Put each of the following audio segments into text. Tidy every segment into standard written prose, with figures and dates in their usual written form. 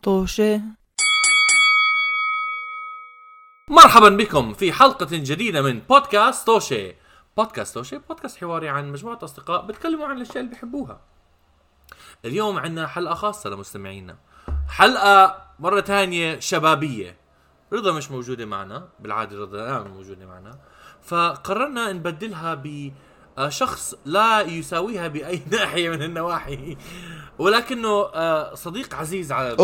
طوشة. مرحبا بكم في حلقة جديدة من بودكاست توشي. بودكاست حواري عن مجموعة أصدقاء بتكلموا عن الأشياء اللي بيحبوها. اليوم عندنا حلقة خاصة لمستمعينا، حلقة مرة تانية شبابية. رضا مش موجودة معنا، بالعادة رضا دائما موجودة معنا، فقررنا نبدلها بشخص لا يساويها بأي ناحية من النواحي، ولكنه صديق عزيز على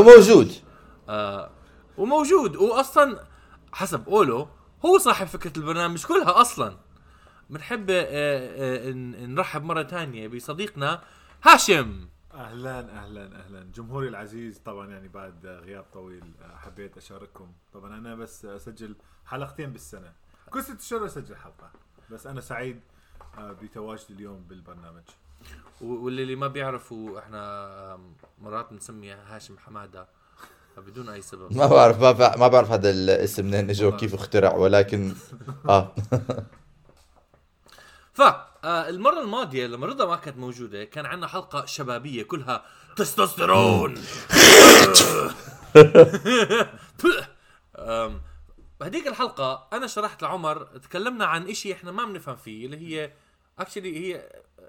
وموجود وأصلا حسب قوله هو صاحب فكرة البرنامج كلها. أصلا بنحب نرحب مرة تانية بصديقنا هاشم. أهلا جمهوري العزيز. طبعا يعني بعد غياب طويل حبيت أشارككم. طبعا أنا بس أسجل حلقتين بالسنة، كل 6 شهور أسجل حلقة، بس أنا سعيد بتواجدي اليوم بالبرنامج. واللي ما بيعرفوا احنا مرات نسمي هاشم حمادة بدون اي سبب. ما بعرف هذا الاسم منين اجى وكيف اخترع، ولكن المرة الماضية لما رضا ما كانت موجودة كان عندنا حلقة شبابية كلها تستوستيرون. بهديك الحلقة أنا شرحت لعمر، تكلمنا عن إشي إحنا ما بنفهم فيه، اللي هي هي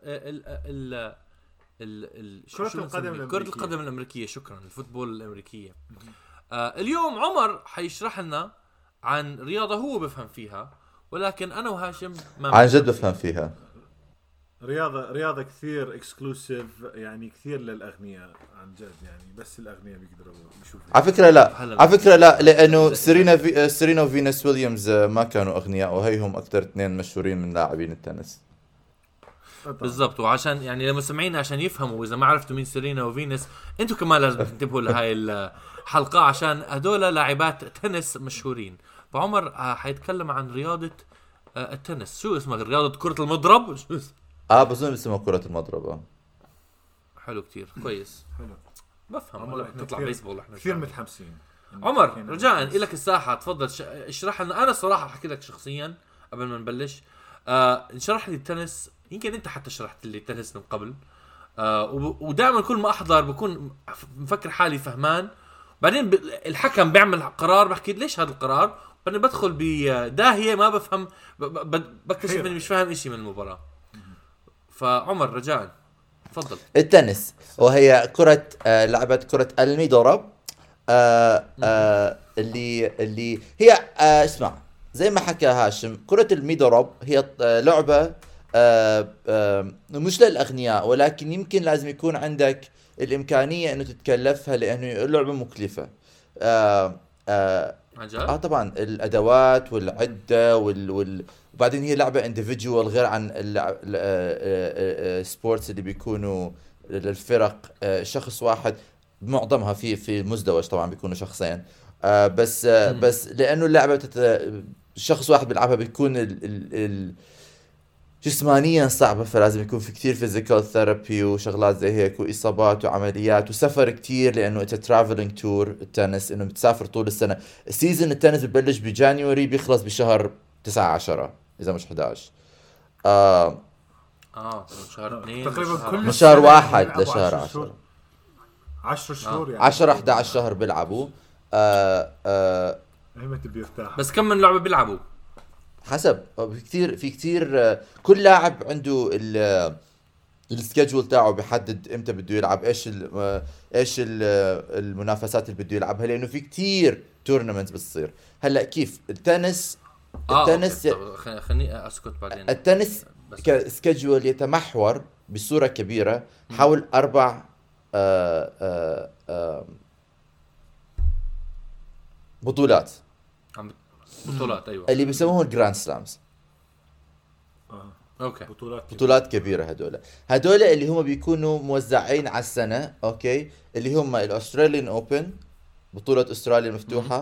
كرة القدم الأمريكية. شكرا، الفوتبول الأمريكية. اليوم عمر حيشرح لنا عن رياضة هو بفهم فيها، ولكن أنا وهاشم ما عن جد بفهم فيها. رياضة كثير اكسكلوسيف، يعني كثير للأغنياء عن جد، يعني بس الأغنياء بيقدروا يشوفوا. على فكرة لا لأنه سيرينا وفينوس ويليامز ما كانوا أغنياء، وهيهم أكثر 2 مشهورين من لاعبين التنس. بالضبط. وعشان يعني لما سمعين عشان يفهموا، إذا ما عرفتوا مين سيرينا وفينوس انتوا كمان لازم تنتبهوا لهاي الحلقة، عشان هدول لاعبات تنس مشهورين. فعمر حيتكلم عن رياضة التنس. شو اسمها؟ رياضة كرة المضرب. بظن اسمها كرة المضرب. حلو كتير، كويس، حلو. بفهم تطلع بيسبول. احنا كثير متحمسين. عمر رجاء لك الساحة، تفضل اشرح لنا. انا صراحة حكي لك شخصيا قبل ما نبلش، نشرح لي التنس. يمكن انت حتى شرحت لي التنس من قبل، ودائما كل ما احضر بكون مفكر حالي فهمان، بعدين الحكم بيعمل قرار بحكي ليش هذا القرار، بعدين بدخل بداهية ما بفهم، بكتشف اني مش فاهم اشي من المباراة. فعمر رجاء تفضل. التنس وهي كرة لعبة كرة المضرب، اللي هي اسمع، زي ما حكى هاشم، كرة المضرب هي لعبة مش للأغنياء، ولكن يمكن لازم يكون عندك الإمكانية إنه تتكلفها، لأنه اللعبة مكلفة. طبعا الأدوات والعدة وبعدين هي لعبة individual، غير عن السبورتس اللي بيكونوا للفرق شخص واحد. معظمها في مزدوج طبعا بيكونوا شخصين، بس لأنه اللعبة شخص واحد بيلعبها بيكون جسمانيا صعبة، فلازم يكون في كتير فيزيكال ثيرابي وشغلات زي هيك، وإصابات وعمليات وسفر كتير، لأنه it's a traveling tour. التنس إنه بتسافر طول السنة. السيزن التنس ببلش بجانيوري بيخلص بشهر 9-10 إذا مش 11. شهر 2 تقريبا، من شهر 1 لشهر 10. 10 شهور يعني 10-11 شهر بيلعبوا. متى بيرتاح. بس كم من لعبة بيلعبوا حسب. في كتير كل لاعب عنده السكيدجول تاعه، بيحدد امتى بده يلعب، ايش المنافسات اللي بده يلعبها، لانه في كتير تورنمنتس بتصير. هلا كيف التنس خليني اسكت بعدين. التنس كسكيدجول يتمحور بصورة كبيرة حول 4 بطولات. ايوه، اللي بيسموهم الجراند سلامز. اوكي، بطولات كبيرة. هدول اللي هم بيكونوا موزعين على السنة، اوكي، اللي هم الاستراليان اوبن، بطولة استراليا المفتوحة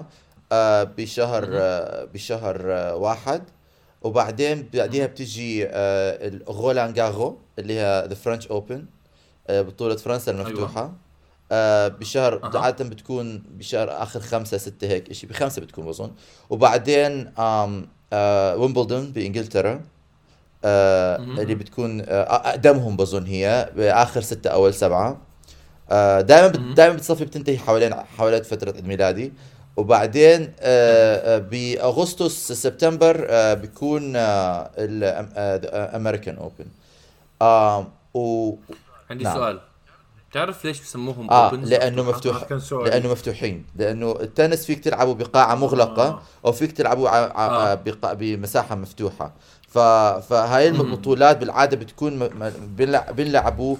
بشهر 1، وبعدين بعديها بتجي الغولان جاغو اللي هي the French Open، بطولة فرنسا المفتوحة. بشهر عادة بتكون بشهر آخر 5-6 هيك إشي، ب5 بتكون بظن. وبعدين ويمبلدون بإنجلترا، اللي بتكون أقدمهم بظن هي بآخر 6 أول 7. دائما بتصفي بتنتهي حوالين فتره عيد ميلادي، وبعدين باغسطس سبتمبر بيكون الامريكان اوبن. عندي نعم. سؤال، تعرف ليش بسموهم اوبنز؟ لانه مفتوح، لانه مفتوحين، لانه التنس فيك تلعبه بقاعه مغلقه او فيك تلعبه بمساحه مفتوحه. فهاي البطولات بالعاده بتكون بنلعبوا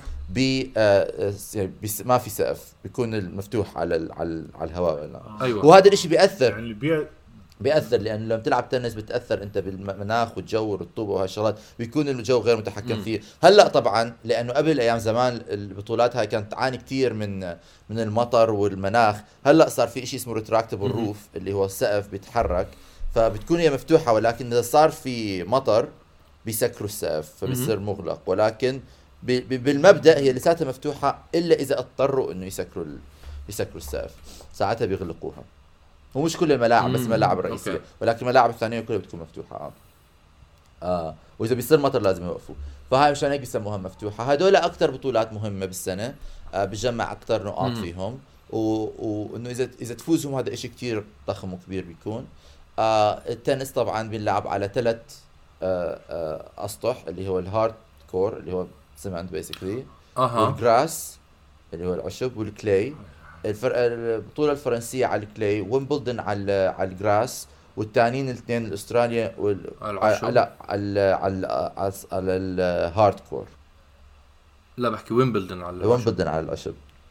ما في سقف، بيكون المفتوح على الهواء. أيوة. وهذا الاشي بيأثر يعني بيأثر، لأنه لما تلعب تنس بتأثر أنت بالمناخ والجو والرطوبة وهالشغلات، بيكون الجو غير متحكم فيه. هلأ طبعا لأنه قبل أيام زمان البطولات هاي كانت تعاني كتير من المطر والمناخ. هلأ صار في إشي اسمه ريتراكتبل روف اللي هو السقف بيتحرك، فبتكون هي مفتوحة، ولكن إذا صار في مطر بيسكروا السقف فبيصير مغلق. ولكن بالمبدأ هي لساتها مفتوحة إلا إذا اضطروا إنه يسكروا السقف، ساعتها بيغلقوها. ومش كل الملاعب بس ملاعب رئيسية، ولكن الملاعب الثانية كلها بتكون مفتوحة. وإذا بيصير مطر لازم يوقفوا، فهاي مشان هيك بيسموها مفتوحة. هدول أكتر بطولات مهمة بالسنة، بتجمع أكتر نقاط فيهم، وإنه إذا تفوزهم هذا إشي كتير ضخم وكبير بيكون. التنس طبعا بنلعب على 3 أسطح، اللي هو الهارد كور اللي هو سمنت بيسكلي، والجراس اللي هو العشب، والكلاي. البطولة الفرنسية على الكلاي، ويمبلدون على الجراس، والتانيين الاثنين الاستراليا لا على الهارد كور. لا بحكي ويمبلدون على العشب.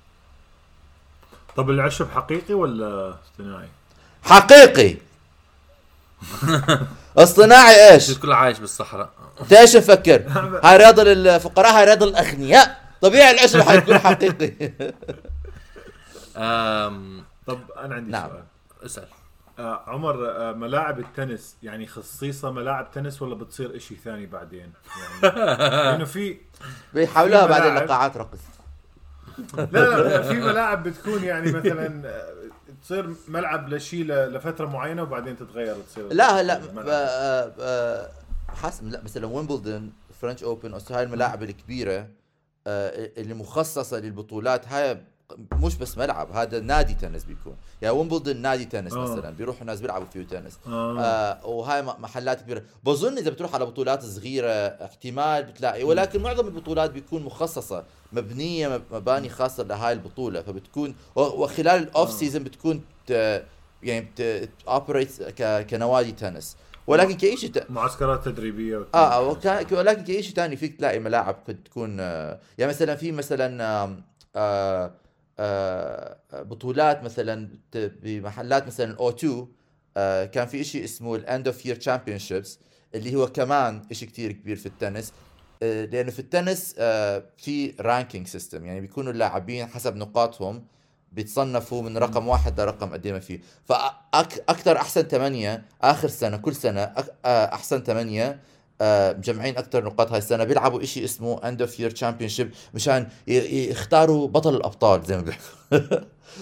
طب العشب حقيقي ولا اصطناعي؟ حقيقي. اصطناعي ايش؟ الكل عايش بالصحراء. ايش نفكر؟ هاي رياضة الفقراء، هاي رياضة الأغنياء. طبيعي العشب حيكون حقيقي. طب أنا عندي سؤال. اسأل. عمر، ملاعب التنس يعني خصيصة ملاعب تنس ولا بتصير إشي ثاني بعدين؟ يعني إنه في بيحاولوها بعدين لقاعات رقص. لا في ملاعب بتكون يعني مثلا تصير ملعب لشيء لفترة معينة وبعدين تتغير تصير. لا حسب. لا مثلا ويمبلدون، فرنش اوبن، هاي الملاعب الكبيرة اللي مخصصة للبطولات، هاي مش بس ملعب، هذا نادي تنس بيكون. يعني ويمبلدون نادي تنس مثلا، بيروحوا ناس بيلعبوا فيه تنس. وهاي محلات كبيرة. بظن إذا بتروح على بطولات صغيرة احتمال بتلاقي، ولكن معظم البطولات بيكون مخصصة، مبنية مباني خاصة لهاي البطولة، فبتكون وخلال الأوف سيزن بتكون يعني اوبريت كنوادي تنس. ولكن كأي معسكرات تدريبية ولكن كأي شيء تاني فيك تلاقي ملاعب قد تكون يعني مثلا في مثلا بطولات مثلا بمحلات مثلا O2. كان في إشي اسمه الأند اوف يير تشامبيونشيبس، اللي هو كمان إشي كتير كبير في التنس. لأنه في التنس في رانكينج سيستم، يعني بيكونوا اللاعبين حسب نقاطهم بيتصنفوا من رقم 1 لرقم قد ما فيه. فأكتر أحسن 8 آخر سنة، كل سنة أحسن 8 مجمعين أكتر نقاط هاي السنة بيلعبوا إشي اسمه End of Year Championship مشان يختاروا بطل الأبطال زي ما بيحكوا.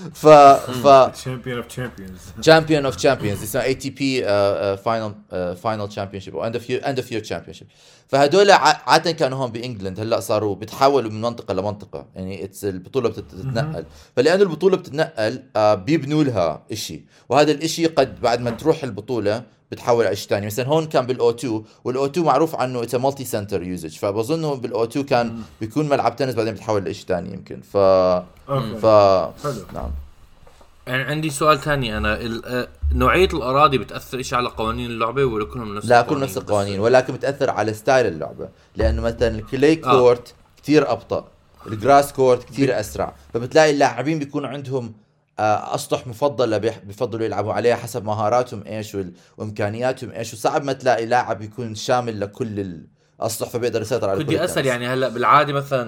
Champion of Champions اسمه ATP Final Championship أو End of Year Championship. فهدول عادة كانوا هون بإنجلند، هلأ صاروا بيتحولوا من منطقة لمنطقة، يعني البطولة بتتنقل. فلأن البطولة بتتنقل بيبنوا لها إشي، وهذا الإشي قد بعد ما تروح البطولة بتحول على شيء ثاني. مثلا هون كان بالO2، والO2 معروف عنه it's a multi center usage، فبظنه بالO2 كان بيكون ملعب تنس بعدين بتحول لشيء ثاني يمكن. نعم. يعني عندي سؤال ثاني، أنا نوعية الأراضي بتأثر إيش على قوانين اللعبة ولا كلهم نفس القوانين؟ لا، كل نفس القوانين، ولكن بتأثر على ستايل اللعبة. لأنه مثلا الكلي كورت كتير أبطأ، الجراس كورت كتير أسرع، فبتلاقي اللاعبين بيكون عندهم أسطح مفضلة بيفضلوا يلعبوا عليها حسب مهاراتهم إيش وإمكانياتهم إيش، وصعب ما تلاقي لاعب يكون شامل لكل الأسطح فبيقدر يسيطر على كل بدي أسأل يعني هلأ بالعادة مثلا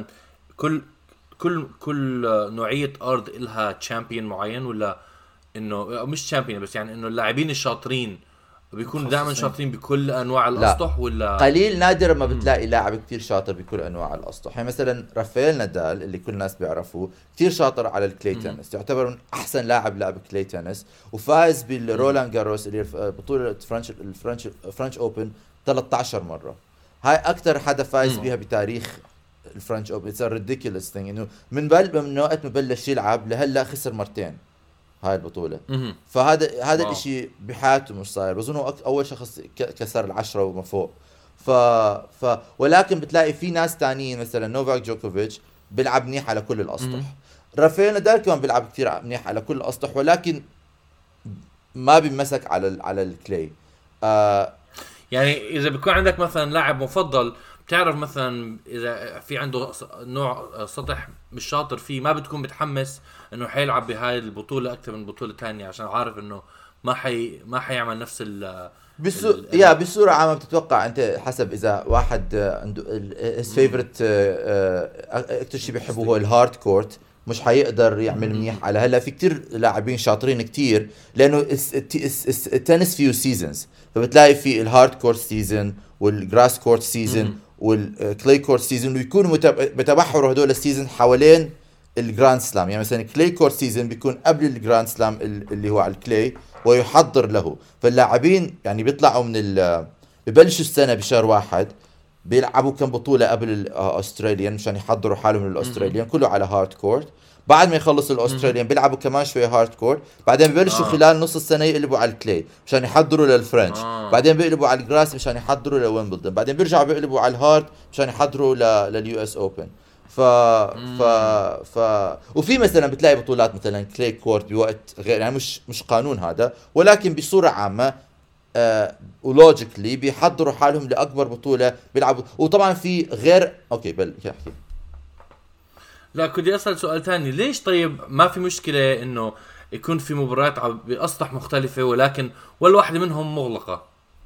كل نوعية أرض إلها تشامبيون معين، ولا إنه مش تشامبيون بس يعني إنه اللاعبين الشاطرين بيكونوا دائما شاطرين بكل أنواع الأسطح؟ ولا قليل نادر ما بتلاقي لاعب كتير شاطر بكل أنواع الأسطح. يعني مثلا رافائيل نادال اللي كل الناس بيعرفوه كتير شاطر على الكلي تنس، يعتبر من أحسن لاعب لعب كلي تنس، وفاز بالرولان جاروس اللي بطولة الفرنش أوبن 13 مرة. هاي أكتر حدا فايز بيها بتاريخ الفرنش اوبن اتس ريديكولس ثينج انه من وقت ما بلش يلعب لهلا خسر مرتين هاي البطوله. فهذا الاشي بحياته مش صاير، بظن اول شخص كسر 10 وما فوق. ولكن بتلاقي في ناس تانيين مثلا نوفاك جوكوفيتش بيلعب منيح على كل الاسطح، رافائيل نادال كمان بيلعب كثير منيح على كل الاسطح، ولكن ما بيمسك على الكلاي. يعني اذا بيكون عندك مثلا لاعب مفضل بتعرف مثلا اذا في عنده نوع سطح مش شاطر فيه، ما بتكون متحمس انه حيلعب بهاي البطوله اكثر من بطوله تانية، عشان عارف انه ما حيعمل نفس بصورة عامة بتتوقع انت حسب اذا واحد عنده his favorite اكثر شيء بيحبه هو الهارد كورت، مش حيقدر يعمل منيح على هلا. في كتير لاعبين شاطرين كتير لانه التنس فيه سيزونز، فبتلاقي في الهارد كورت سيزون والجراس كورت سيزون والكلاي كورت سيزون، ويكونوا بتبحروا هدول السيزون حوالين الجراند سلام. يعني مثلا كلاي كورت سيزون بيكون قبل الجراند سلام اللي هو على الكلاي ويحضر له. فاللاعبين يعني بيطلعوا ببلشوا السنة بشهر 1 بيلعبوا كم بطولة قبل الأستراليان مشان يحضروا حالهم للأستراليان، كله على هارد كورت. بعد ما يخلصوا الأستراليان بيلعبوا كمان شوية هارد كورت، بعدين ببلشوا خلال نص السنة يقلبوا على الكلاي مشان يحضروا للفرنش، بعدين بيقلبوا على الجراس مشان يحضروا لويمبلدون، بعدين بيرجعوا بيقلبوا على الهارد مشان يحضروا لليو اس اوبن. وفي مثلا بتلاقي بطولات مثلا كلاي كورت بوقت غير، يعني مش قانون هذا، ولكن بصورة عامة ولوجيكلي بيحضروا حالهم لأكبر بطولة بيلعبوا. وطبعا في غير اوكي احكي. لا كنت أسأل سؤال تاني، ليش طيب ما في مشكلة انه يكون في مباريات بأسطح مختلفة ولكن ولا واحدة منهم مغلقة؟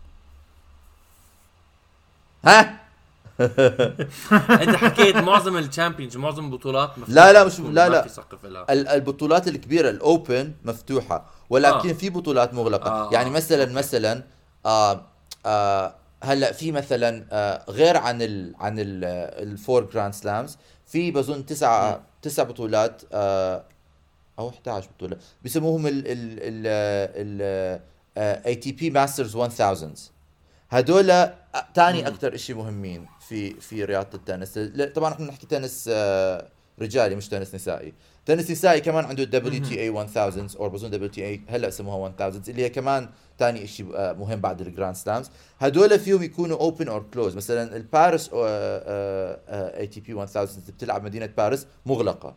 ها انت حكيت معظم الشامبيونز معظم البطولات لا مش لا البطولات الكبيرة الأوبن مفتوحة، ولكن في بطولات مغلقة. يعني مثلا هلا في مثلا غير عن الفور جراند سلامز، في بظن 9 بطولات او 11 بطولة بيسموهم ال ATP Masters 1000. هدول تاني اكثر اشي مهمين في رياضة التنس. طبعا احنا نحكي تنس رجالي مش تنس نسائي. تنس نسائي كمان عنده WTA 1000 او بظن WTA هلا اسموها 1000 اللي هي كمان تاني اشي مهم بعد الجراند سلامز. هدول فيهم يكونوا اوبن اور كلوز. مثلا الباريس ATP 1000 بتلعب مدينة باريس مغلقة.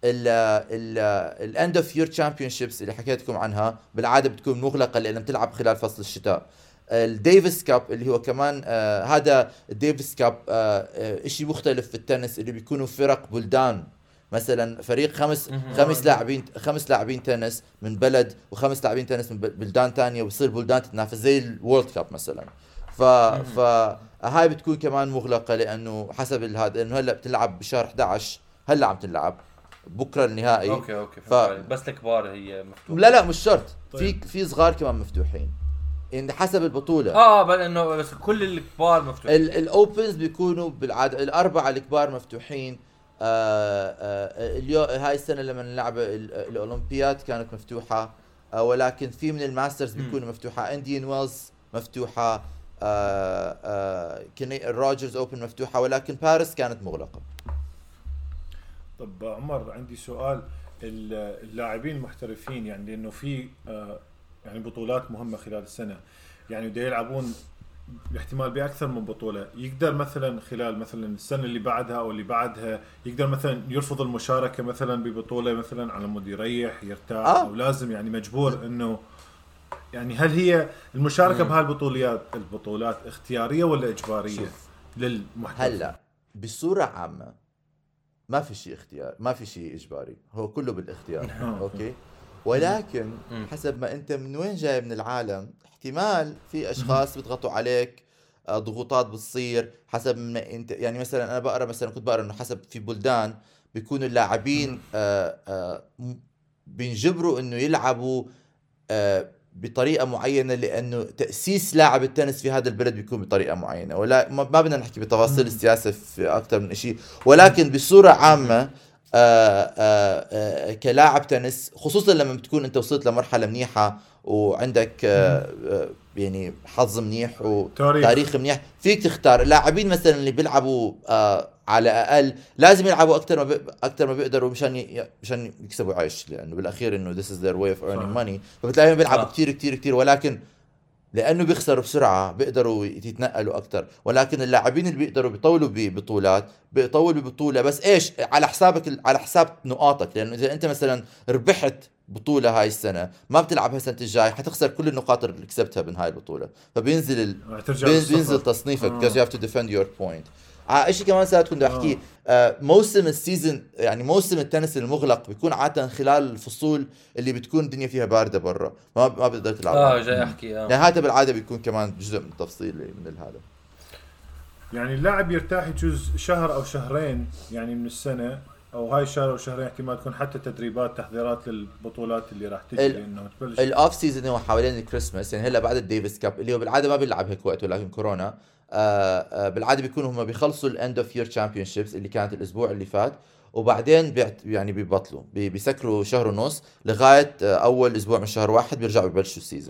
الاند اوف يور تشامبيونشيبس اللي حكيتكم عنها بالعادة بتكون مغلقة لأنها بتلعب خلال فصل الشتاء. الديفيس كاب اللي هو كمان هذا الديفيس كاب اشي مختلف في التنس، اللي بيكونوا فرق بلدان، مثلا فريق خمس لاعبين تنس من بلد وخمس لاعبين تنس من بلدان تانية، وبصير بلدان تتنافس زي الوورلد كاب مثلا. هاي بتكون كمان مغلقة لأنه حسب هذا، إنه هلا بتلعب بشهر 11 هلا عم تلعب بكرة النهائي. اوكي بس الكبار هي مفتوحة. لا مش شرط. طيب. في صغار كمان مفتوحين يعني حسب البطولة. بس كل الكبار مفتوحين. الاوبنز بيكونوا بالعادة الأربعة الكبار مفتوحين. هاي السنة لما نلعب الأولمبياد كانت مفتوحة، ولكن في من الماسترز بيكونوا مفتوحة. انديان ويلز مفتوحة، الروجرز اوبن مفتوحة، ولكن باريس كانت مغلقة. طب عمر عندي سؤال. اللاعبين المحترفين يعني لأنه في يعني بطولات مهمة خلال السنة، يعني بده يلعبون الاحتمال بأكثر من بطولة، يقدر مثلا خلال مثلا السنة اللي بعدها أو اللي بعدها يقدر مثلا يرفض المشاركة مثلا ببطولة مثلا على مود يريح يرتاح أو لازم يعني مجبور إنه يعني هل هي المشاركة البطولات اختيارية ولا إجبارية للمحترفين؟ هلا بصورة عامة ما في شيء اختيار، ما في شيء إجباري، هو كله بالاختيار. أوكي، ولكن حسب ما أنت من وين جاي من العالم، احتمال في أشخاص بتغطوا عليك، ضغوطات بتصير حسب ما أنت. يعني مثلا أنا كنت بقرأ إنه حسب في بلدان بيكونوا اللاعبين بينجبروا إنه يلعبوا بطريقة معينة، لأنه تأسيس لاعب التنس في هذا البلد بيكون بطريقة معينة. ولا ما بدنا نحكي بتفاصيل السياسة في أكثر من شيء، ولكن بصورة عامة كلاعب تنس، خصوصا لما بتكون انت وصلت لمرحله منيحه وعندك يعني حظ منيح وتاريخ منيح، فيك تختار اللاعبين مثلا اللي بيلعبوا على اقل لازم يلعبوا اكثر ما بيقدروا مشان يكسبوا عيش، لانه بالاخير انه this is their way of earning money. فبتلاقيهم بيلعبوا كتير كتير كتير، ولكن لانه بيخسروا بسرعه بيقدروا يتنقلوا اكثر. ولكن اللاعبين اللي بيقدروا بيطولوا ببطولات بيطولوا ببطوله، بس ايش على حسابك، على حساب نقاطك. لانه اذا انت مثلا ربحت بطوله هاي السنه ما بتلعبها السنه الجاي، حتخسر كل النقاط اللي كسبتها من هاي البطوله، فبينزل بينزل تصنيفك because you have to defend your point. اشي كمان ساعات كنت احكي موسم السيزن، يعني موسم التنس المغلق بيكون عادة خلال الفصول اللي بتكون الدنيا فيها باردة برا، ما بتقدر تلعب. جاي احكي يعني هذا بالعادة بيكون كمان جزء من التفصيل من هذا. يعني اللاعب يرتاح يجوز شهر او شهرين يعني من السنة، او هاي الشهر او شهرين احتمال تكون حتى تدريبات تحضيرات للبطولات اللي راح تجي انه تبلش. الاوف سيزون هو حوالين الكريسماس، يعني هلا بعد الديفيس كاب اللي هو بالعاده ما بيلعب هيك وقت، ولكن كورونا بالعاده بيكونوا هم بيخلصوا الاند اوف يير تشامبيونشيبس اللي كانت الاسبوع اللي فات، وبعدين يعني بيبطلوا بيسكروا شهر ونص لغايه اول اسبوع من شهر واحد بيرجعوا يبلشوا السيزون.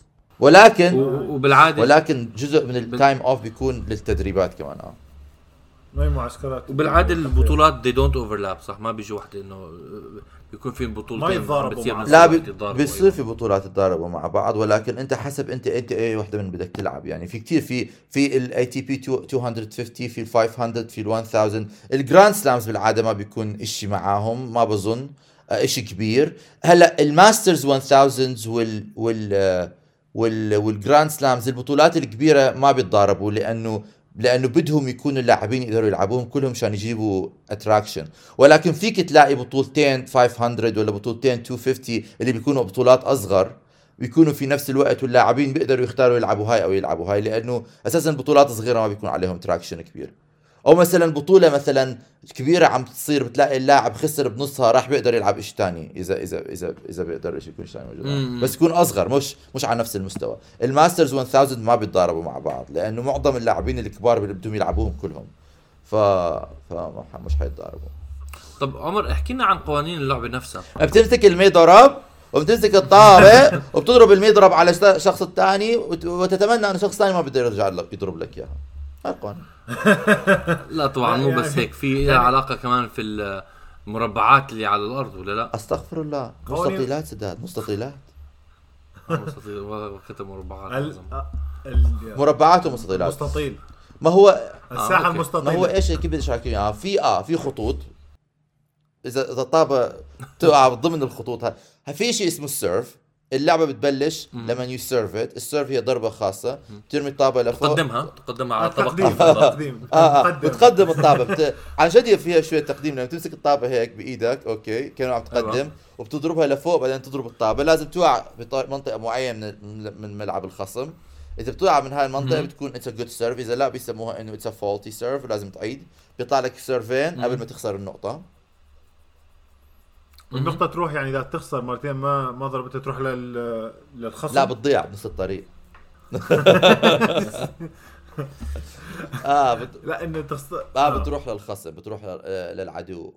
ولكن جزء من التايم اوف بيكون للتدريبات كمان. ما هي معسكرات. وبالعاده البطولات they don't overlap، صح؟ ما بيجي واحده انه بيكون في بطولتين لا بيصير في بطولات تتضاربوا مع بعض، ولكن انت حسب انت اي وحده من بدك تلعب. يعني في كتير في الاي تي بي 250، في ال 500، في ال 1000. الجراند سلامز بالعاده ما بيكون اشي معاهم، ما بظن اشي كبير. هلا الماسترز 1000 والجراند سلامز البطولات الكبيره ما بيتضاربوا، لانه بدهم يكونوا اللاعبين يقدروا يلعبوهم كلهم عشان يجيبوا اتراكشن. ولكن فيك تلاقي بطولتين 500 ولا بطولتين 250 اللي بيكونوا بطولات اصغر بيكونوا في نفس الوقت، واللاعبين بيقدروا يختاروا يلعبوا هاي او يلعبوا هاي، لانه اساسا بطولات صغيره ما بيكون عليهم تراكشن كبير. او مثلا بطوله مثلا كبيره عم تصير بتلاقي اللاعب خسر بنصها راح بيقدر يلعب شيء ثاني اذا بيقدر يكون شيء موجود، بس يكون اصغر مش على نفس المستوى. الماسترز 1000 ما بيتضاربوا مع بعض لانه معظم اللاعبين الكبار بدهم يلعبوهم كلهم، مش حيتضاربوا. طب عمر احكي لنا عن قوانين اللعبه نفسها. بتمسك المضرب وبتمسك الطابه وبتضرب المضرب على الشخص الثاني وتتمنى ان الشخص الثاني ما بده يرجع لك يضرب لك اياها. لا طبعا مو بس هيك، في علاقه كمان في المربعات اللي على الارض ولا لا؟ استغفر الله، مستطيلات سداد، مستطيلات كتب مربعات مربعات ومستطيلات. مستطيل ما هو الساحه المستطيله، ما هو ايش كيف بدي اشرح لك في خطوط، اذا الطابه تقع ضمن الخطوط في شيء اسمه السيرف. اللعبه بتبلش لما يو سيرف ات. السيرف هي ضربه خاصه، ترمي الطابه لفوق، تقدمها على طبق تقديم بتقدم الطابه عن جد فيها شويه تقديم. لما تمسك الطابه هيك بايدك اوكي كانوا عم تقدم وبتضربها لفوق، بعدين تضرب الطابه لازم توقع بمنطقه معينه من ملعب الخصم. اذا بتوقع من هاي المنطقه بتكون اتس ا جود سيرف، اذا لا بيسموها انه اتس ا فولتي سيرف، ولازم تعيد. بيطلع لك سيرفين قبل ما تخسر النقطه. النقطة تروح يعني إذا تخسر مرتين ما ضربتها تروح للخصم. لا بتضيع بنص الطريق. لا إنه تخسر. بتروح للخصم، بتروح للعدو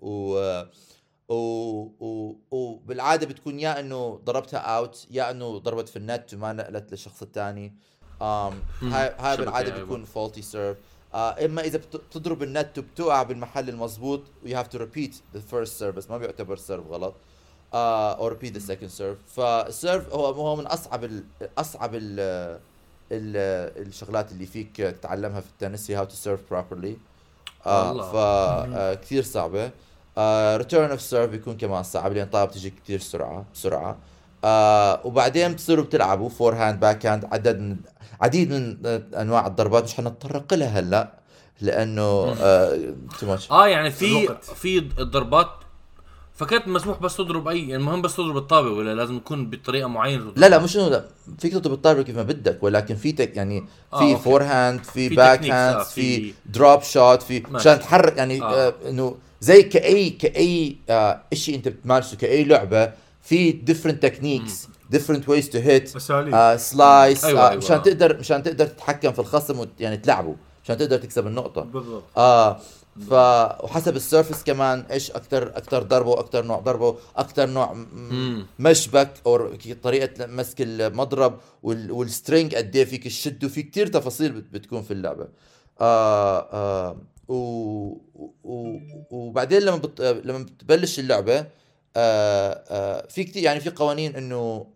وبالعادة بتكون يا إنه ضربتها أوت، يا إنه ضربت في النت وما نقلت للشخص الثاني. هاي بالعادة بيكون faulty serve. اما اذا بتضرب النت وبتوقع بالمحل المضبوط you have to repeat the first serve، بس ما بيعتبر سيرف غلط. or repeat the second serve. فالسيرف هو من اصعب الشغلات اللي فيك تتعلمها في التنس، how to serve properly. كثير صعبه. return of serve بيكون كمان صعب لان الطابه بتجي كثير بسرعه. وبعدين بتصيروا بتلعبوا فور هاند باك هاند، عديد من انواع الضربات مش حنتطرق لها هلا لانه يعني في الضربات فكرت مسموح بس تضرب يعني المهم بس تضرب الطابه، ولا لازم يكون بطريقه معينه؟ لا مش انه لا فيك تضرب الطابه كيف ما بدك، ولكن في يعني في فور هاند، في باك هاند، في دروب شوت، في عشان تحرك يعني انه زي كاي شيء انت بتمارسه كاي لعبه، في different techniques different ways to hit slice. مشان تقدر تتحكم في الخصم يعني تلعبه مشان تقدر تكسب النقطة بالضبط. وحسب السيرفس كمان ايش اكثر ضربه، اكثر نوع ضربه، اكثر نوع مشبك او طريقه مسك المضرب، والسترينج قد ايه فيك تشده، في كتير تفاصيل بتكون في اللعبه. وبعدين لما بتبلش اللعبه في كتير يعني في قوانين انه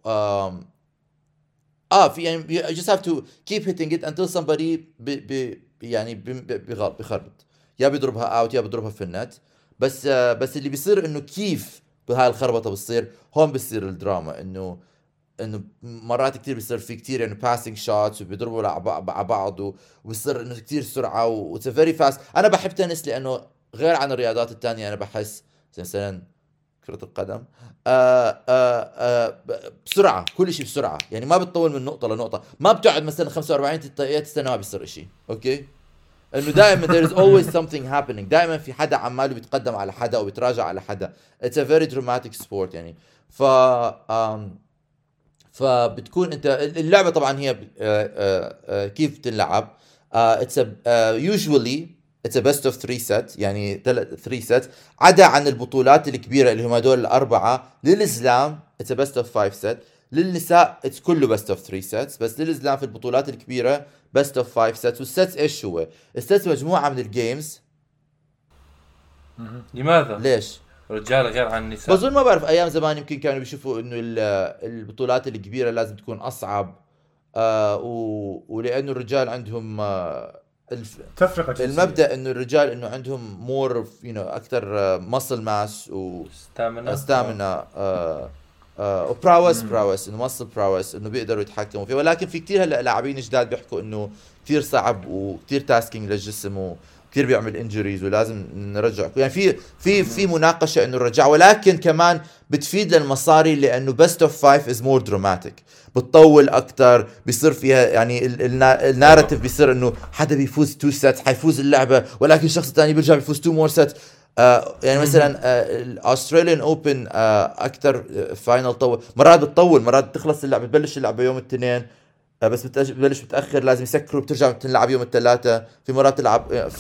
في يعني you just have to keep hitting it until somebody يعني بخربط، يا بيضربها اوت يا بيضربها في النت. بس اللي بيصير انه كيف بهاي الخربطه بتصير هون، بتصير الدراما انه مرات كتير بيصير في كتير يعني passing shots وبيضربوا على بعض، وبيصير انه كتير سرعه وتس فيري فاست. انا بحب تنس لانه غير عن الرياضات الثانيه، انا بحس مثلا كرة القدم بسرعة، كل شيء بسرعة، يعني ما بتطول من نقطة لنقطة، ما بتقعد مثلا 45 دقيقة تستنى ما بيصير شيء. اوكي، انه دائما there is always something happening، دائما في حدا عماله بيتقدم على حدا او بيتراجع على حدا. it's a very dramatic sport يعني. فبتكون انت اللعبة طبعا هي كيف تلعب. it's usually it's a best of 3 set، يعني 3 set، عدا عن البطولات الكبيرة اللي هم هدول الأربعة. للإسلام it's a best of 5 set، للنساء it's كله best of 3 sets، بس للإسلام في البطولات الكبيرة best of 5 sets. والسيتس إيش هو؟ السيتس مجموعة من الجيمز. لماذا؟ ليش؟ رجال غير عن النساء؟ بظن ما بعرف، أيام زمان يمكن كانوا بيشوفوا إنه البطولات الكبيرة لازم تكون أصعب، ولأنه الرجال عندهم تفرقة المبدأ انه الرجال انه عندهم مور اكثر muscle mass و stamina وبراوس، انه muscle براوس، انه بيقدروا يتحكموا فيه. ولكن في كتير هلا لاعبين جداد بيحكوا انه كتير صعب وكتير تاسكينج للجسم وكتير بيعمل انجريز ولازم نرجع. يعني في مناقشة انه الرجع، ولكن كمان بتفيد للمصاري لانه best of 5 is more dramatic، بتطول اكتر، بيصير فيها يعني الناراتيف بيصير انه حدا بيفوز 2 سيتس حيفوز اللعبه، ولكن الشخص الثاني بيرجع بيفوز 2 مور سيتس. يعني مثلا الاستراليان اوبن اكتر فاينل مرات بتطول، مرات بتخلص اللعبه، بتبلش اللعبه يوم الاثنين بس بتبلش متاخر، لازم يسكروا، بترجع تلعب يوم الثلاثاء، في مرات تلعب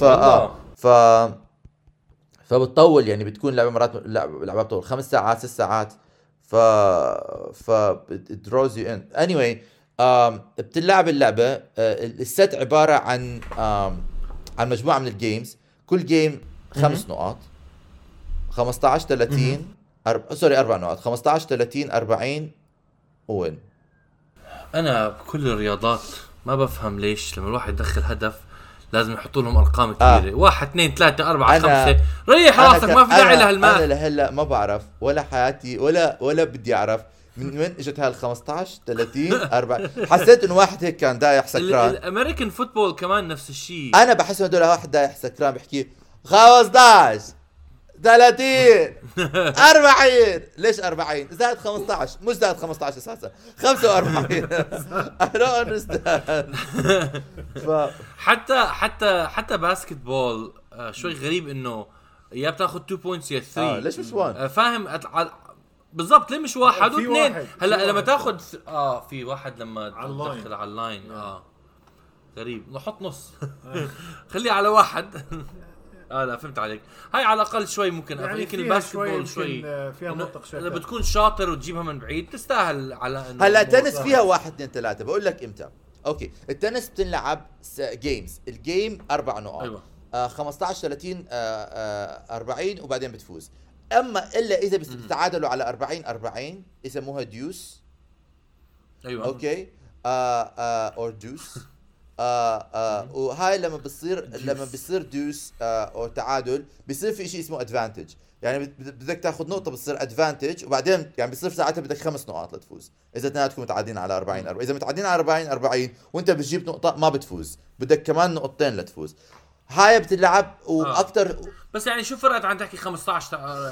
فبتطول، يعني بتكون لعبه مرات لعبه بتطول 5 ساعات 6 ساعات. ف it draws you in. anyway بتلعب اللعبة. الست عبارة عن مجموعة من الجيمز، كل جيم 5 نقاط، 15 30 4 نقاط، 15 30 40 وين. انا بكل الرياضات ما بفهم ليش لما الواحد يدخل هدف لازم يحطوا لهم ارقام كبيره، 1 2 3 4 5. ريح راسك، ما في داعي لهالماء. انا لهلا ما بعرف ولا حياتي ولا بدي اعرف من وين اجت هال 15 30 4. حسيت انه واحد هيك كان دايح سكران. الامريكان فوتبول كمان نفس الشيء. انا بحس هدول واحد دايح سكران بيحكي 15 30 40. ليش 40 زائد 15؟ مش زائد 15 اساسا 45. I don't understand. حتى باسكت بول شوي غريب انه يا بتاخذ 2 بوينتس يا 3. ليش مش 1؟ فاهم بالضبط ليه مش 1 و2. هلا لما تاخذ في واحد لما تدخل على اللاين غريب، نحط نص خليه على 1 لا فهمت عليك. هاي على الاقل شوي ممكن يعني يمكن الباسكت بول شوي فيها منطق شوي، اذا بتكون شاطر وتجيبها من بعيد تستاهل. على انه هلا التنس فيها 1 2 3. بقول لك امتى. اوكي، التنس بتلعب جيمز، الجيم 4 نقاط. أيوة. 15 30 40 وبعدين بتفوز. اما الا اذا بتتعادلوا على 40 40 يسموها ديوس. ايوه اوكي اور دوس. وهاي لما بيصير دوس او تعادل بيصير في شيء اسمه ادفانتج، يعني بدك تاخذ نقطه بتصير ادفانتج، وبعدين يعني بيصير ساعتها بدك 5 نقاط لتفوز اذا اثنيناتكم متعادلين على 40 40. اذا متعادلين على 40 40 وانت بتجيب نقطه ما بتفوز، بدك كمان نقطتين لتفوز. هاي بتلعب واكثر بس يعني شو فرقت عن تحكي 15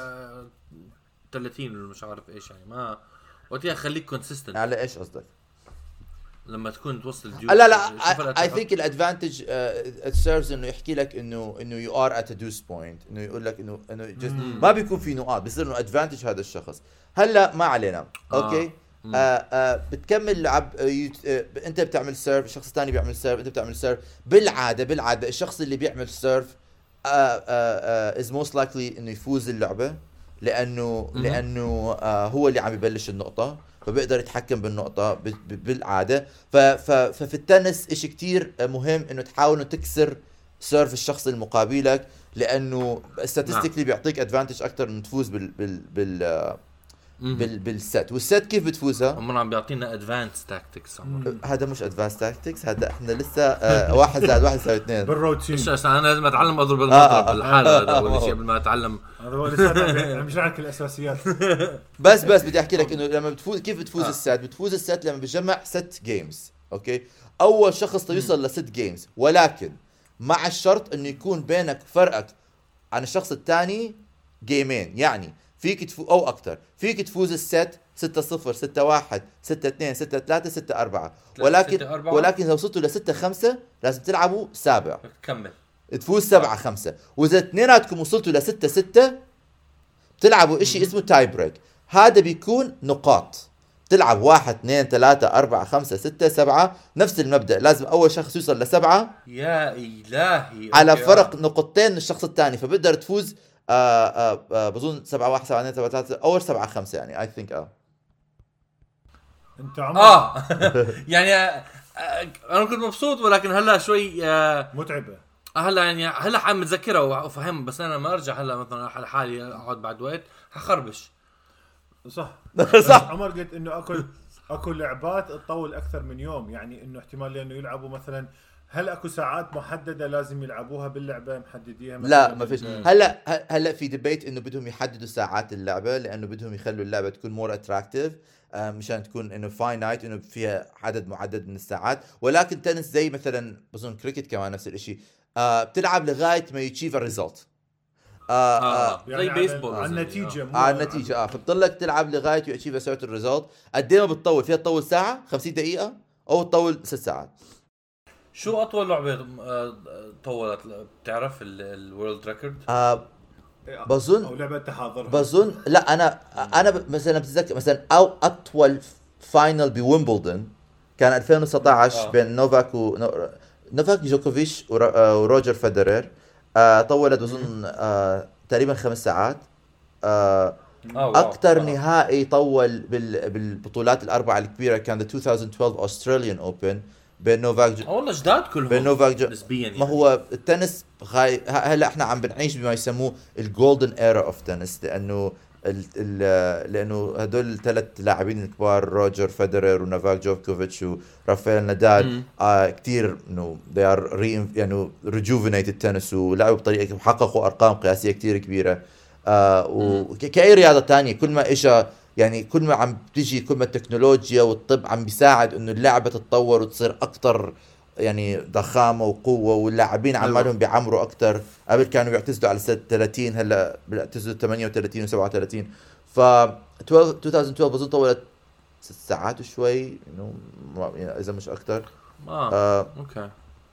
30 مش عارف ايش، يعني ما وقتها خليك كونسيستنت. على ايش قصدك لما تكون توصل ديوس؟ لا I think الادفانتج it serves انه يحكي لك انه you are at a deuce point، انه يقول لك انه ما بيكون في نقاط، بيصير انه ادفانتج هذا الشخص. هلا ما علينا. اوكي بتكمل لعب. انت بتعمل سيرف، الشخص الثاني بيعمل سيرف، انت بتعمل سيرف. بالعاده الشخص اللي بيعمل سيرف is most likely انه يفوز اللعبه لانه هو اللي عم يبلش النقطه، فبيقدر يتحكم بالنقطه بالعاده. ففي التنس إشي كتير مهم انه تحاول انه تكسر سيرف الشخص المقابلك، لانه statistically بيعطيك ادفانتج اكثر انه تفوز بالست. والست كيف بتفوزها؟ هم عم بيعطينا ادفانس تاكتكس. هذا مش ادفانس تاكتكس، هذا احنا لسه 1+1=2 بالروتين. انا لازم اتعلم اضرب المضرب بالحاله هذا اول شيء قبل ما اتعلم. هذا هو لسه مش عارف الاساسيات. بس بدي احكي لك انه لما بتفوز كيف بتفوز الست. بتفوز الست لما بتجمع 6 جيمز. اوكي، اول شخص يوصل ل6 جيمز، ولكن مع الشرط انه يكون بينك فرقك عن الشخص الثاني جيمين. يعني فيك او اكثر، فيك تفوز الست 6-0 6-1 6-2 6-3 6-4، ولكن اذا وصلتوا ل6-5 لازم تلعبوا سابع كمل تفوز 7-5. واذا اثنيناتكم وصلتوا ل6-6 بتلعبوا اشي اسمه تاي بريك. هذا بيكون نقاط، تلعب 1 2 3 4 5 6 7، نفس المبدأ. لازم اول شخص يوصل ل7 يا الهي على فرق نقطتين من الشخص الثاني، فبقدر تفوز بظن 7-1 7-2 7-3 او 7-5 يعني اي ثينك. انت عمر يعني انا كنت مبسوط، ولكن هلا شوي متعبه. هلا يعني هلا عم متذكرها وفهم، بس انا ما ارجع هلا مثلا على حالي اقعد بعد وقت حخربش. صح صح. عمر قلت انه اكو لعبات تطول اكثر من يوم، يعني انه احتمال لانه يلعبوا مثلا. هل اكو ساعات محدده لازم يلعبوها باللعبه محدديها؟ لا ما فيش. هلا في ديبيت انه بدهم يحددوا ساعات اللعبه، لانه بدهم يخلوا اللعبه تكون مور اتراكتيف، مشان تكون انه فاينايت، انه فيها عدد معدد من الساعات. ولكن تنس زي مثلا بظن كريكت كمان نفس الشيء، بتلعب لغايه ما يتشيف الريزلت. يعني زي بيسبول على النتيجه على النتيجه. فبتضلك تلعب لغايه يتشيف اسيرت الريزلت. قد ايه ما بتطول فيها؟ تطول ساعه 50 دقيقه او تطول 6 ساعات. شو اطول لعبه طولت بتعرف الورلد ريكورد؟ بظن او لعبه تحاضرها. بظن لا انا مثلا بتذكر مثلا او اطول فاينل بويمبلدون كان 2019 بين نوفاك جوكوفيتش وروجر فيدرر. طولت بظن تقريبا 5 ساعات. اكثر نهائي طول بالبطولات الاربعه الكبيره كان 2012 أستراليان اوبن بين نوفاك والله جداد كلهم بين نوفاك نسبيا يعني. ما هو التنس هلا احنا عم بنعيش بما يسموه الجولدن ايرا اوف تنس، لانه هدول الثلاث لاعبين الكبار روجر فيدرر ونوفاك جوكوفيتش ورافائيل نادال كتير انه they are يعني rejuvenated التنس، ولعبوا بطريقه وحققوا ارقام قياسيه كتير كبيره. وكأي رياضه تانية كل ما اجى يعني كل ما عم بتيجي كل ما التكنولوجيا والطب عم بيساعد انه اللعبه تتطور وتصير اكتر يعني ضخامه وقوه، واللاعبين عمالهم بيعمروا اكتر. قبل كانوا بيعتزلوا على 30، هلا بيعتزلوا 38 و37. ف 2012 بظن طولت 6 ساعات وشوي انه يعني اذا مش اكتر. اوكي.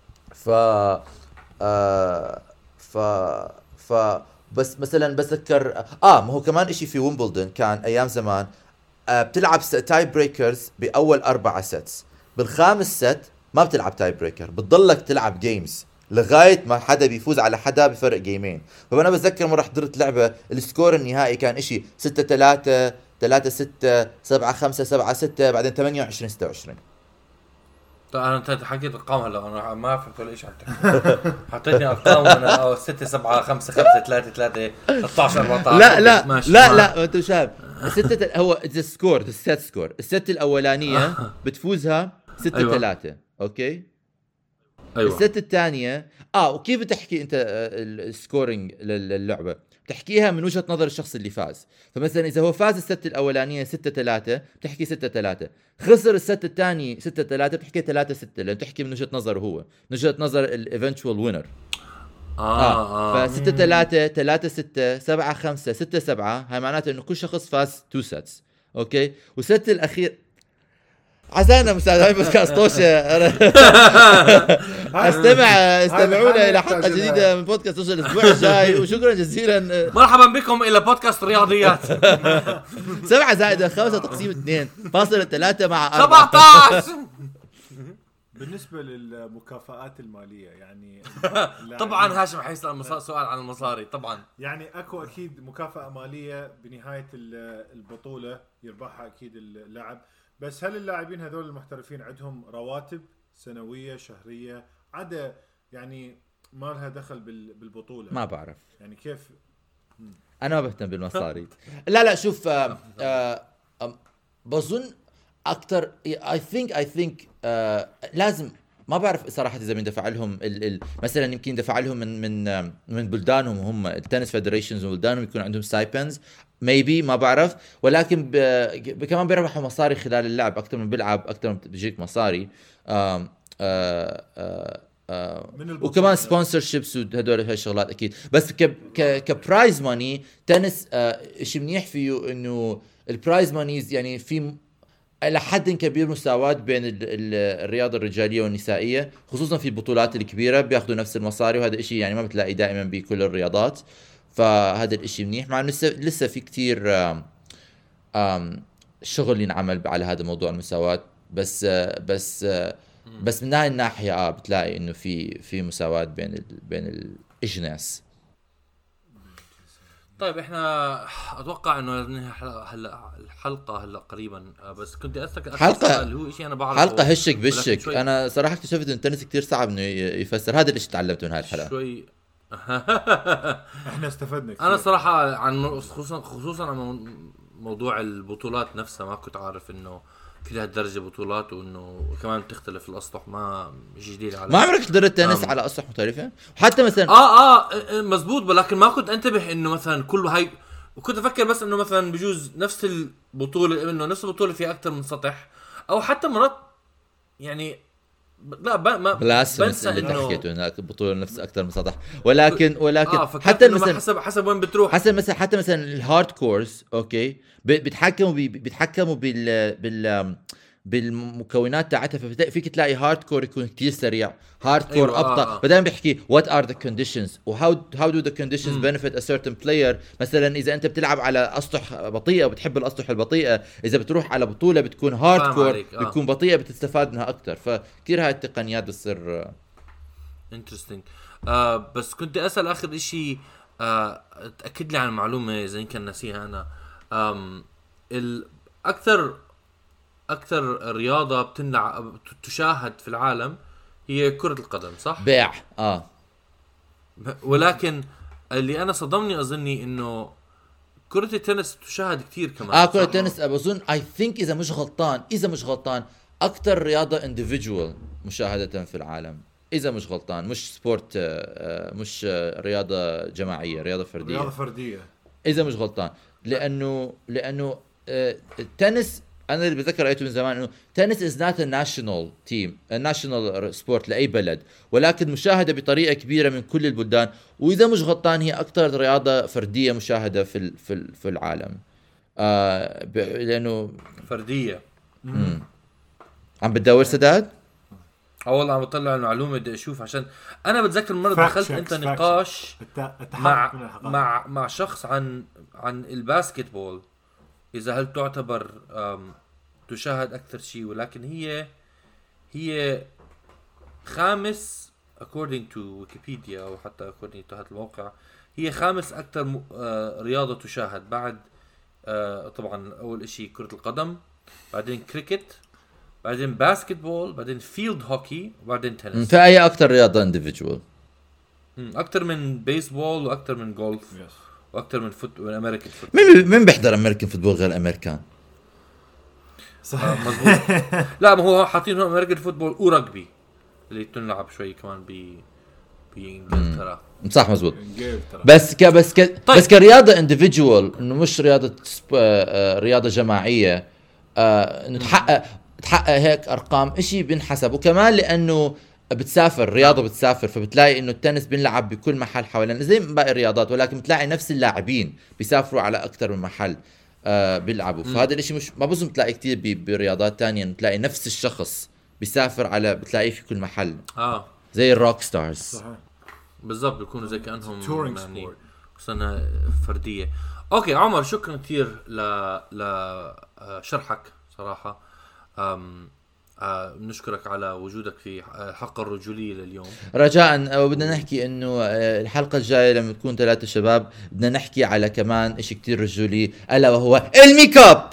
بس مثلا بذكر ما هو كمان اشي في ويمبلدون كان ايام زمان بتلعب تاي بريكرز باول 4 سيتس. بالخامس سيت ما بتلعب تاي بريكر، بتضلك تلعب جيمز لغايه ما حدا بيفوز على حدا بفرق جيمين. فانا بتذكر مره حضرت لعبه السكور النهائي كان اشي 6-3 3-6 7-5 7-6 بعدين 28-26. انت حكيت ارقام هلا انا ما فهمت ولا شيء. حطيتني ارقام انا 6 7 5 5 3 3 13 14. لا انت شايف 6 هو السكور الست سكور. الست الاولانيه بتفوزها 6-3 اوكي. ايوه. الست الثانيه وكيف بتحكي انت السكورينج للعبه؟ بتحكيها من وجهة نظر الشخص اللي فاز. فمثلا إذا هو فاز الست الأولانية 6-3 بتحكي 6-3، خسر الست الثاني 6-3 بتحكي 3-6، لأن تحكي من وجهة نظره هو، من وجهة نظر الإيفنتشوال وينر. ف6-3 3-6 7-5 6-7 هاي معناته إنه كل شخص فاز 2 سيتس أوكي. والست الأخير عزانا مساعد هاي بودكاست توشة. استمعونا إلى حلقة جديدة من بودكاست توشة الأسبوع الجاي، وشكرا جزيلا. مرحبا بكم إلى بودكاست رياضيات. 7 زائد 5 تقسيم 2.3 مع 4 17. بالنسبه للمكافآت الماليه يعني طبعا هاشم حيسأل سؤال عن المصاري طبعا. يعني اكو اكيد مكافأة ماليه بنهايه البطوله يربحها اكيد اللاعب، بس هل اللاعبين هذول المحترفين عندهم رواتب سنويه شهريه عدا يعني ما لها دخل بالبطوله؟ ما بعرف يعني كيف. انا ما بهتم بالمصاري. لا شوف بظن اكثر I think لازم ما بعرف صراحه اذا بندفع لهم مثلا يمكن دفع لهم من بلدانهم هم التنس فيدريشنز وبلدانهم يكون عندهم ستايبنز ميبي ما بعرف، ولكن كمان بيربحوا مصاري خلال اللعب اكثر من بيلعب اكثر من بيجيك مصاري وكمان سبونسرشيبس وهدول هالشغلات اكيد. بس كبرايز ماني تنس شيء منيح فيه انه البرايز مانيز يعني في إلى حد كبير مساواة بين الرياضة الرجالية والنسائية، خصوصا في البطولات الكبيرة بياخذوا نفس المصاري، وهذا الشيء يعني ما بتلاقي دائما بكل الرياضات، فهذا الشيء منيح. مع انه لسه في كتير شغل ينعمل على هذا موضوع المساواة، بس من هاي الناحية بتلاقي انه في مساواة بين الأجناس. طيب احنا اتوقع انه الحلقه هلا قريبا، بس كنت اسالك حلقه اللي هو شيء انا بعرفه، حلقه هشك بشك. انا صراحه اكتشفت ان التنس كتير صعب انه يفسر، هذا اللي تعلمته من هاي الحلقه شوي. احنا استفدنا كثير. انا صراحه عن خصوصا عن موضوع البطولات نفسها ما كنت عارف انه في هالدرجه بطولات، وانه كمان تختلف الاسطح، ما جديد على. ما عمرك درت تنس على اسطح مختلفه حتى مثلا مزبوط، ولكن ما كنت انتبه انه مثلا كله هاي، وكنت افكر بس انه مثلا بجوز نفس البطوله، انه نفس البطوله فيها اكثر من سطح، او حتى مرات يعني لا ما بنسى اللي حكيته هناك البطوله نفس اكثر من سطح، ولكن حتى مثلا حسب وين بتروح، حتى مثلا الهارد كورس اوكي بيتحكموا بالمكونات تاعتها، فيك تلاقي هارد كور يكون كتير سريع، هارد كور ابطا. فدائما بيحكي what are the conditions و how do the conditions benefit a certain player. مثلا اذا انت بتلعب على اسطح بطيئه وبتحب الاسطح البطيئه، اذا بتروح على بطوله بتكون هارد كور بتكون بطيئه بتستفاد منها اكثر. فكثير هاي التقنيات بتصير interesting. بس كنت اسال اخر شيء، تاكد لي عن معلومه اذا كان ناسيها انا. اكثر رياضه تشاهد في العالم هي كرة القدم، صح؟ بيع ولكن اللي انا صدمني اظني انه كرة التنس تشاهد كتير كمان. كرة التنس بظن I think اذا مش غلطان اكثر رياضة individual مشاهدة في العالم، اذا مش غلطان، مش سبورت، مش رياضة جماعية، رياضة فردية اذا مش غلطان. لانه التنس انا اللي بتذكر قريته من زمان انه تنس از نوت ناشونال تيم، ناشونال سبورت لاي بلد، ولكن مشاهده بطريقه كبيره من كل البلدان، واذا مش غلطان هي اكثر رياضه فرديه مشاهده في العالم. لانه فرديه. عم بتدور سداد؟ والله عم بطلع المعلومه بدي اشوف، عشان انا بتذكر مره دخلت انت نقاش مع شخص عن الباسكتبول، اذا هل تعتبر تشاهد اكثر شيء، ولكن هي خامس according to ويكيبيديا او حتى according to هذا الموقع، هي خامس اكثر رياضه تشاهد بعد طبعا اول شيء كرة القدم، بعدين كريكت، بعدين باسكتبول، بعدين فيلد هوكي، وبعدين تنس. فهي اكثر رياضه individual، اكثر من بيسبول واكثر من جولف واكثر من من امريكان فوتبول. مين بيحضر امريكان فوتبول غير الامريكان؟ صح مزبوط. لا ما هو حاطين هون امريكان فوتبول ورجبي اللي تنلعب شوي كمان بانجلترا. صح مزبوط. بس كرياضه individual، انه مش رياضه رياضه جماعيه، انه تحقق هيك ارقام اشي بنحسب. وكمان لانه بتسافر رياضه بتسافر، فبتلاقي انه التنس بنلعب بكل محل حوالينا زي باقي الرياضات، ولكن بتلاقي نفس اللاعبين بيسافروا على اكثر من محل بيلعبوا. فهذا الاشي مش ما بظن تلاقي كتير برياضات تانية، انه تلاقي نفس الشخص بيسافر على بتلاقيه في كل محل زي الروك ستارز. صحيح بالضبط، بيكونوا زي كأنهم يعني سنة فردية. اوكي عمر، شكرا كثير لشرحك صراحة. بنشكرك على وجودك في حق الرجولية لليوم. رجاء وبدنا نحكي انه الحلقة الجاية لما تكون 3 شباب بدنا نحكي على كمان اشي كتير رجولي الا وهو الميك اب.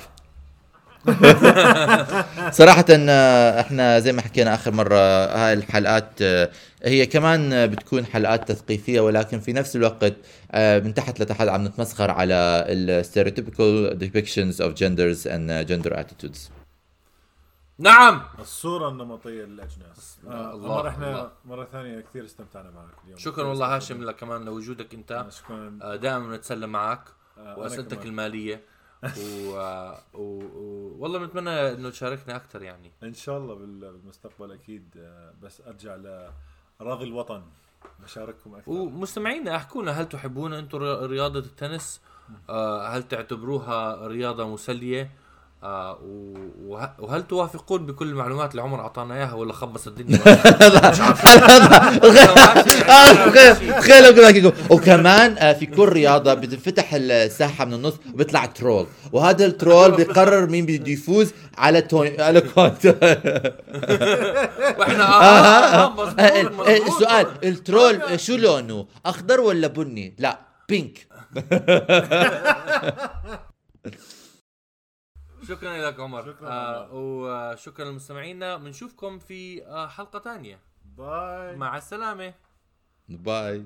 صراحة احنا زي ما حكينا اخر مرة هاي الحلقات هي كمان بتكون حلقات تثقيفية ولكن في نفس الوقت من تحت لتحت عم نتمسخر على ال stereotypical depictions of genders and gender attitudes. نعم. الصورة النمطية للأجناس. الله احنا الله. مرة ثانية كثير استمتعنا معك اليوم. شكرا والله هاشم لك كمان لوجودك انت. شكرا. دائما نتسلى معك واسئلتك المالية والله بنتمنى انه تشاركنا اكثر يعني ان شاء الله بالمستقبل اكيد. بس ارجع لراضي الوطن بشارككم اكثر. ومستمعينا احكونا هل تحبون انتم رياضة التنس؟ هل تعتبروها رياضة مسلية؟ وهل توافقون بكل المعلومات اللي عمر اعطانا اياها ولا خبص الدنيا؟ تخيل وكمان في كل رياضه بتفتح الساحه من النص وبيطلع ترول وهذا الترول بيقرر مين بده يفوز على كونت. واحنا السؤال الترول شو لونه اخضر ولا بني؟ لا بينك. شكرا لك عمر. وشكرا للمستمعين. بنشوفكم في حلقة تانية. باي. مع السلامة. باي.